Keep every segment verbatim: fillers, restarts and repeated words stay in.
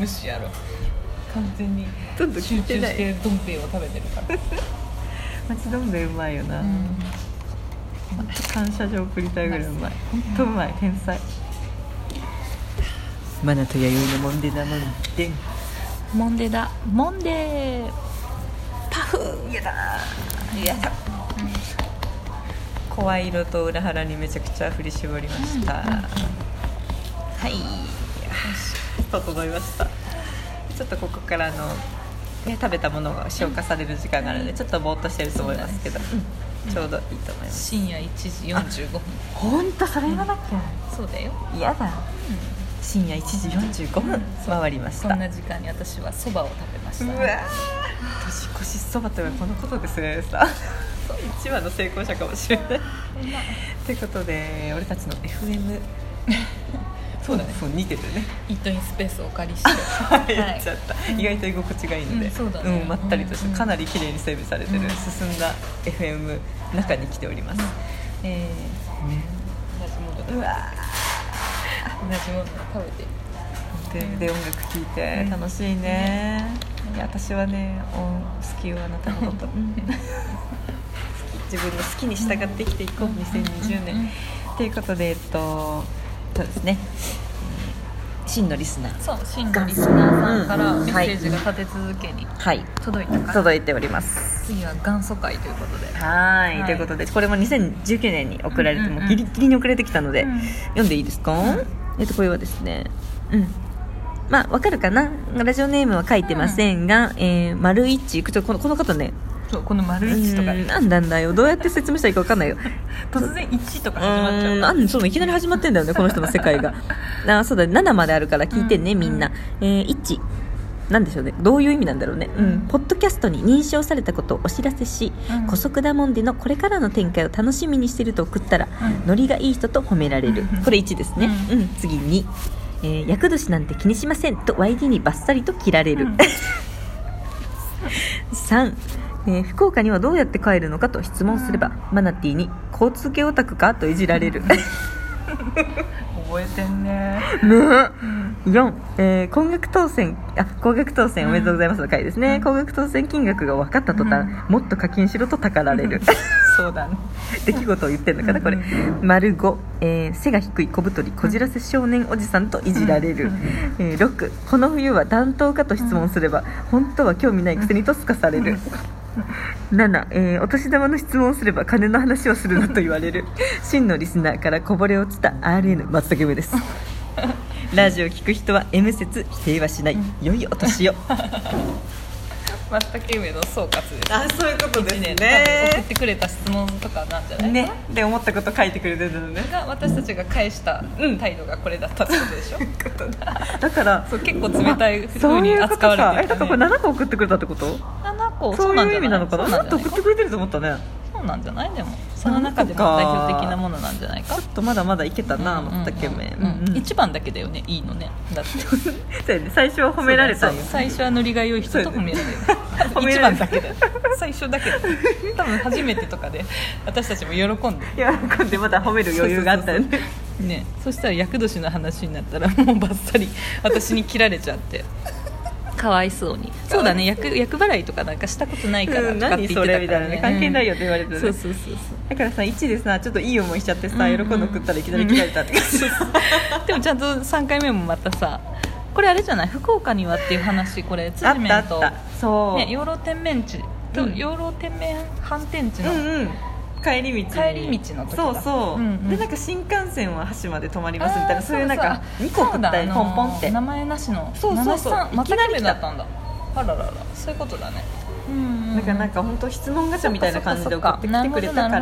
無視やろ。完全にちょっと聞いてない集中してどん兵衛を食べてるから町どん兵衛うまいよな、 うん、 感謝状送りたいぐらいうまい。ほんとうまい、天才。マナと弥生のモンデダモンデンモンデだモンデパフやだやだ、声色と裏腹にめちゃくちゃ振り絞りました、うんうんうん、はい整いました。ちょっとここからの、ね、食べたものが消化される時間があるので、うん、ちょっとぼーっとしてると思いますけど、うん、ちょうどいいと思います。 深夜いちじよんじゅうごふん。 ほんとそれ言わなきゃ、 うん、そうだよ。 やだ、うん、深夜いちじよんじゅうごふん、うん、回りました。 そんな時間に私はそばを食べました、ね、 うわ年越しそばとはこのことですねさ一番の成功者かもしれないということで俺たちの エフエム そうだね、そう似てるね。 イートインスペースをお借りしてやっちゃった、はい、意外と居心地がいいので、 うん、そうだね、 うん、まったりとして、うん、かなり綺麗に整備されてる、うん、進んだ エフエム 中に来ております、うん、えーね、 同じものだ、うわ同じものを食べてで、で音楽聴いて楽しいね、うん、いや私はね好きよあなたのこと自分の好きに従って生きていこう、にせんにじゅうねんということで、えっとそうですね、真のリスナー、 そう真のリスナーさんからメッセージが立て続けに届いたから、はい、 届いております。 次は元祖会ということで、 はい、はい、ということでこれもにせんじゅうきゅうねんに送られて、うんうんうん、もうギリギリに送られてきたので、うん、読んでいいですか、うん、えっとこれはですね、うんまあわかるかな、ラジオネームは書いてませんが、うんえー、丸一この、この方ね、 この丸一とかなんなんだよ、どうやって説明したらいいか分かんないよ突然いちとか始まっちゃう、 なんそういきなり始まってんだよねこの人の世界があそうだななまであるから聞いてね、うん、みんな、えー、いちなんでしょうね、どういう意味なんだろうね、うん、ポッドキャストに認証されたことをお知らせし、うん、姑息だもんでのこれからの展開を楽しみにしていると送ったら、うん、ノリがいい人と褒められる、うん、これいちですね、うんうん、次に、えー、厄年なんて気にしませんと ワイディー にバッサリと切られる、うん、さんえー、福岡にはどうやって帰るのかと質問すれば、うん、マナティーに交通系オタクかといじられる覚えてんねね、うん、よん、えー、高額当選あ高額当選おめでとうございますの回ですね、うん、高額当選金額が分かった途端、うん、もっと課金しろとたかられるそうだね出来事を言ってんのかなこれ、うん、丸ご、えー、背が低い小太りこじらせ少年おじさんといじられる、うんえー、ろくこの冬は暖冬かと質問すれば、うん、本当は興味ないくせにとすかされる、うんなな、えー、お年玉の質問をすれば金の話をするなと言われる真のリスナーからこぼれ落ちた アールエヌ 松茸梅ですラジオ聞く人は エム 説否定はしない、うん、良いお年を松茸梅の総括です。 あ、そういうことですね。 送ってくれた質問とかなんじゃないね。で思ったこと書いてくれてるのね。 が私たちが返した態度がこれだったってことでしょ。うん、 だからそう結構冷たい風に扱われてる、ね。 え、だからこれななこ送ってくれたってこと？ ななこそういう意味なのかな。もっと送ってくれてると思ったね。 そうなんじゃないでも。その中でも代表的なものなんじゃないか。 ちょっとまだまだいけたな、松茸梅。 一番だけだよね、いいのね。だって最初は褒められたよ。 最初はノリが良い人と褒められる。一番だけだよ。最初だけだ。多分初めてとかで私たちも喜んで喜んでまだ褒める余裕があったよね。 そうそうそうね、そしたら厄年の話になったらもうバッサリ私に切られちゃって。かわいそうに。そうだね、厄払いとかなんかしたことないからとかって言ってたから、ね、 何それみたいなね、関係ないよって言われて、ね、 そうそうそうそう。 だからさいちでさちょっといい思いしちゃってさ、うんうん、喜んで送ったらいきなり切られたって感じ、うんうん、 でもちゃんとさんかいめもまたさこれあれじゃない、福岡にはっていう話、これ辻面とそう、 ね、養老天面地と、うん、養老天面反転地の、 うんうん、帰り道帰り道の時だ。 そうそう、うんうん、でなんか新幹線は橋まで止まりますみたいな、そういうなんかにこ送ったりポンポンって名前なしの、 そうそうそう、 いきなりだったんだ。あららら、そういうことだね。うんうん、 だからなんか本当質問ガチャみたいな感じで送ってきてくれたから、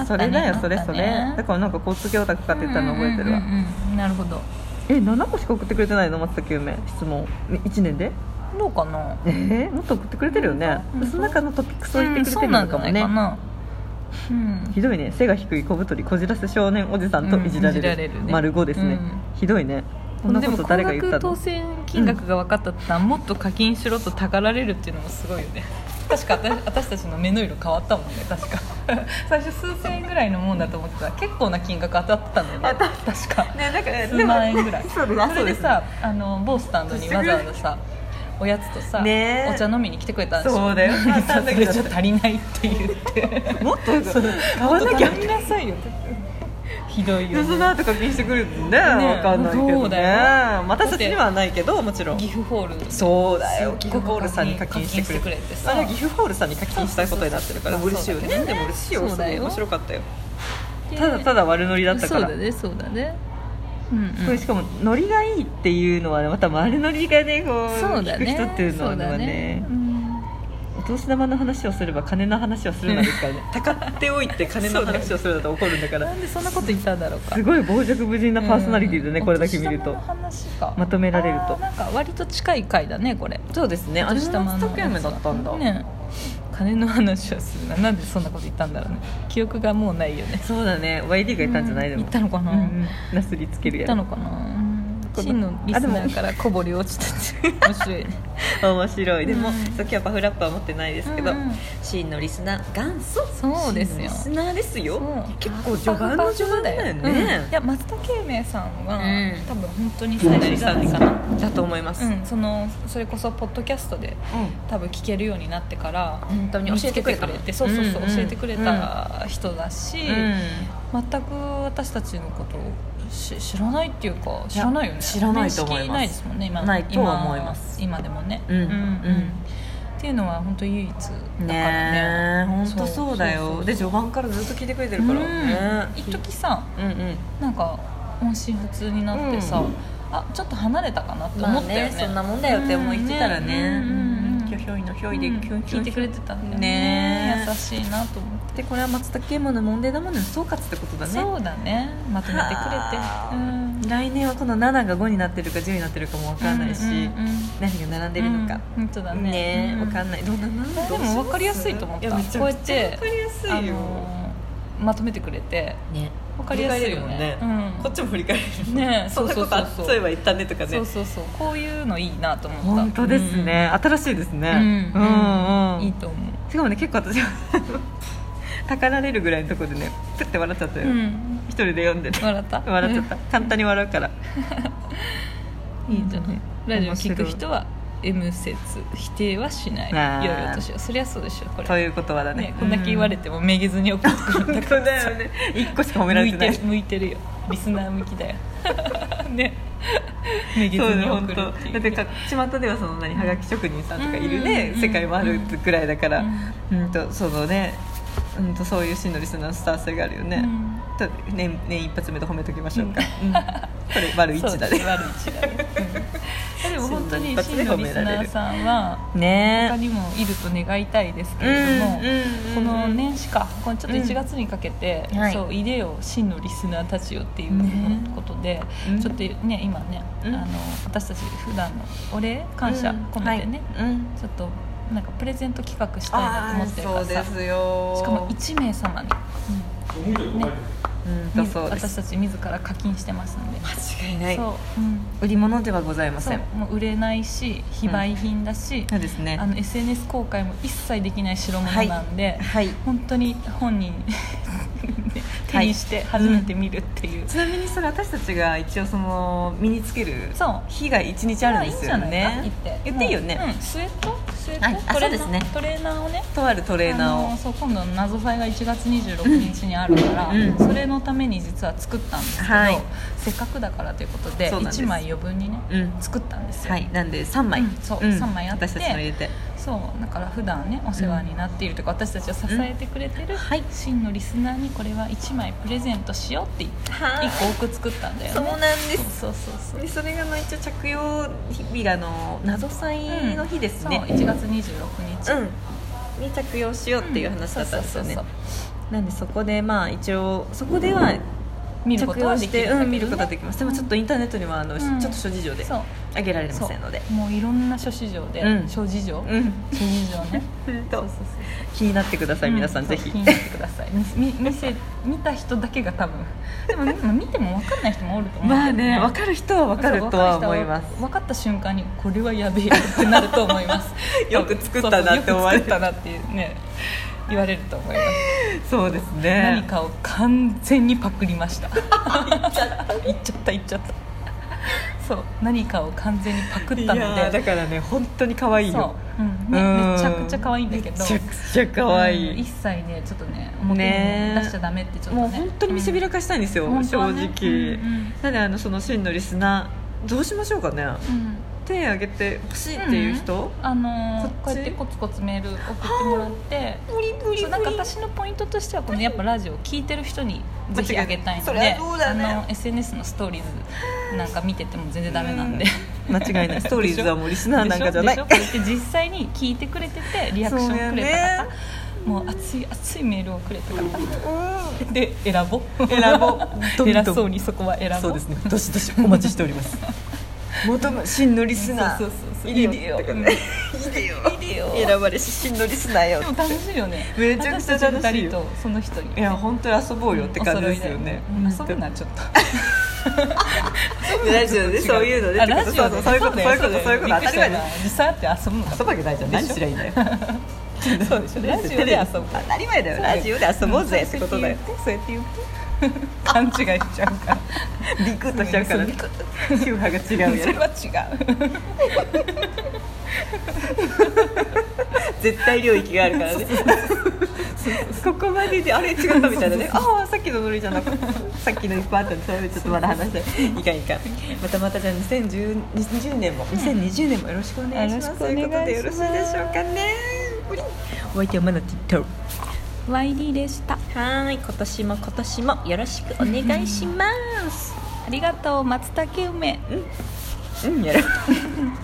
それだよ、それそれ。だからなんか交通系オタクかって言ったの覚えてるわ。うんうんうん、なるほど。 え、ななこしか送ってくれてないの、松茸梅質問いちねんでどうかな。 えー、もっと送ってくれてるよね。その中のトピックスを言ってくれてるのかもね。うん、ひどいね、背が低い小太りこじらせ少年おじさんといじられる、うん、いじられるね、丸ごですね、うん、ひどいね。こんなこと誰が言ったの。 でも高額当選金額が分かったって、うん、もっと課金しろとたかられるっていうのもすごいよね確か 私, 私たちの目の色変わったもんね。確か最初数千円ぐらいのもんだと思ってたら結構な金額当たってたんだよね。確か、 ね、なんかね、 数万円ぐらい。 そうです、 それでさ、あの某スタンドにわざわざさおやつとさ、 ね、 お茶飲みに来てくれたんでしょ。 そうだよそれじゃ足りないって言ってもっと買わなきゃ頼みなさいよってひどいよね。 その後課金してくるんね、分かんないけどね。 そうだよ。 私たちにはないけど、もちろん岐阜ホール、 そうだよ、岐阜ホールさんに課金してくれて、 課金してくれてさ、 あれは岐阜ホールさんに課金したことになってるから嬉しいよね。 そうだね。 でも嬉しいよ、 そうだよ、 すごい面白かったよ。ただただ悪ノリだったから。 そうだね、そうだね、うんうん、 これしかもノリがいいっていうのはまた悪ノリがね、こうそうだね、 聞く人っていうのは ね, そうだね、うん、 お年玉の話をすれば金の話をするなんですからねたかっておいて金の話をするだと怒るんだからなんでそんなこと言ったんだろうか。 すごい傍若無人なパーソナリティでね、 うん、 これだけ見るとお年玉の話かまとめられると、 なんか割と近い回だねこれ。 そうですね、あれも松竹梅だったんだね。金の話をするな、なんでそんなこと言ったんだろうね。記憶がもうないよね。 そうだね、 ワイディー が言ったんじゃないの、 うん、言ったのかな、 うんうん、なすりつけるや言ったのかな。真のリスナーからこぼれ落ちたって面白いね面白い。でも、 うん、 そう今日はパフラップは持ってないですけど、 うんうん、 真のリスナー元祖、 そうですよ、 リスナーですよ。結構序盤の序盤だよね、 うん、いや松田慶明さんは、うん、多分本当に最初じゃないかなだと思います、 うん、そのそれこそポッドキャストで、うん、多分聞けるようになってから本当に教えてくれた、 そうそうそう、うんうん、教えてくれた人だし、うん、全く私たちのことを知らないっていうか知らないよね。 知らないと思います。 面識ないですもんね、今ないとは思います。 今でもね、 うんうんうん、 っていうのは本当唯一だからね。本当そうだよ。で序盤からずっと聞いてくれてるからね。 一時さ、 うんうん、 なんか音信不通になってさ、うん、あちょっと離れたかなって思ったよね。 まあね、そんなもんだよって思ってたらね、ひょひょいのひょいで、うん、 聞いてくれてたんだよね。 ね、 優しいなと思って。 でこれは松田慶馬の問題だものの総括ってことだね。 そうだね、まとめてくれて、うん、 来年はこのなながごになってるかじゅうになってるかも分からないし、うんうんうん、何が並んでるのか、 うん、本当だね、 ね、分かんない。どんななんだでも分かりやすいと思った。こうやって分かりやすいよ、あのー、まとめてくれて、 ね、 分かりやすいよね。 ね、うん、こっちも振り返れるね。 そんなことあそういえば言ったねとかね。 そうそうそう、こういうのいいなと思った。 本当ですね、うん、新しいですね、 うんうんうん、いいと思う。 しかもね、結構私はたかられるぐらいのところでねプッて笑っちゃったよ、うん、一人で読んでて笑った笑っちゃった簡単に笑うからいいじゃない、ラジオ聞く人は M 説否定はしない、良いお年を。そりゃそうでしょこれ。 ということはだ ね, ね、こんだけ言われてもめげずに送ってくるんだからだよね、いっこしか褒められてない。 向いてる、向いてるよ、リスナー向きだよね、めげずに送るっていう。 だってか巷ではその何はがき職人さんとかいるね、世界もあるぐらいだから、うん、うんとそのね、うんとそういう真のリスナーのスター性があるよね、うん、と 年, 年一発目で褒めときましょうか、うん、これ割るいちだね。 割るいちだね、うん、でも本当に真のリスナーさんは他にもいると願いたいですけれども、この年始かこのちょっといちがつにかけて、うん、そういでよ真のリスナーたちよっていうことで、ね、ちょっとね今ね、うん、あの私たち普段のお礼感謝込めてね、うんはい、ちょっとなんかプレゼント企画したいなと思ってるからさ。 そうですよ。 しかもいちめいさまに、うんね、 うん、そうです。 私たち自ら課金してますんで間違いない。 そう、うん、 売り物ではございません。 もう売れないし非売品だし、うん、 そうですね、 あの エスエヌエス 公開も一切できない代物なんで、 はいはい、 本当に本人手にして初めて見るっていう、はい、うん、 ちなみにそれ私たちが一応その身につける日がいちにちあるんですよね。言っていいよね、 うん、スウェットスウェット、 はい、あ、そうですね、 トレーナーをね、 とあるトレーナーを、 あのそう今度の謎祭がいちがつにじゅうろくにちにあるから、うん、それのために実は作ったんですけど、はい、せっかくだからということでいちまい余分にね、うん、作ったんですよ。 はい、なんでさんまい、うん、 そう、うん、さんまいあって、 私たちの入れて、 そうだから普段ねお世話になっているというか、うん、私たちを支えてくれてる、うん、はい、真のリスナーにこれはいちまいプレゼントしようって言っていっこ多く作ったんだよね。 そうなんです。 そうそうそうそう。 でそれがの一応着用日がの謎祭の日ですね、 うん、そういちがつにじゅうろくにち、 うん、に着用しようっていう話だったんですよね。なんでそこでまあ一応そこでは見ることはできるんだけど、ね、 うん、見ることはできます。でもちょっとインターネットにはあの、うん、ちょっと諸事情で上げられませんので、 もういろんな諸事情で、うん、諸事情、うん、諸事情ねそうそうそう、 気になってください、うん、皆さんぜひ気になってくださいみ見せ見た人だけが多分でも、ね、見ても分かんない人もおると思う、 まあね、分かる人は分かるとは思います。 分かった瞬間にこれはやべえってなると思いますよく作ったなって思われる、 よく作ったなっていうね言われると思います。 そうですね、 何かを完全にパクりました言っちゃった言っちゃった言っちゃったそう、何かを完全にパクったので、いやだからね本当に可愛いよ、 そう、うんね、めちゃくちゃ可愛いんだけど、 めちゃくちゃ可愛い、 うん、一切ねちょっとね表に出しちゃダメってちょっと、ね、 もう本当に見せびらかしたいんですよ、うん、正直、ね、うんうん、なのであのその真のリスナーどうしましょうかね、うん、手挙げてほしいっていう人、うん、 あのー、こ, こうやってコツコツメール送ってもらって、そうなんか私のポイントとしてはこのやっぱラジオを聞いてる人にぜひあげたいので、ね、あの エスエヌエス のストーリーズなんか見てても全然ダメなんで、 うん、間違いないストーリーズはもうリスナーなんかじゃないでしょでしょ、こうやって実際に聞いてくれててリアクションくれた方、もう熱い熱いメールをくれた方、うん、で選ぼ選ぼ偉そうにそこは選ぼそうですね、どしどしお待ちしております求む真のリスナー、 そうそうそういでよ、いでよ、いでよ、選ばれし真のリスナーよ。 でも楽しいよね、 めちゃくちゃ楽しいよ。 とその人に、 いや本当に遊ぼうよって感じですよね。 うん、遊ぶなちょっとラジオでそういうので、 ラジオでそういうことそういうことそういうこと当たり前だ。 実際会って遊ぶのか、 遊ぶわけないじゃん。何すりゃいいんだよ。 そうでしょ、ラジオで遊ぶ、 当たり前だよ。ラジオで遊ぼうぜってことだよ。 そうやって言って勘違いしちゃうからビクッとしちゃうからね、宗派が違うやそれは違う絶対領域があるからねここまでであれ違ったみたいなねああさっきのノリじゃなくてさっきのいっぱいあったんで、それちょっとまだ話していかんいかんまたまたじゃあにせんにじゅうねんもにせんにじゅうねんもよろしくお願いしますということでよろしいでしょうかね。お相手はマナティとワイディでした。 はい、今年も今年もよろしくお願いします。 ありがとう松茸梅。 うん、うん、やろう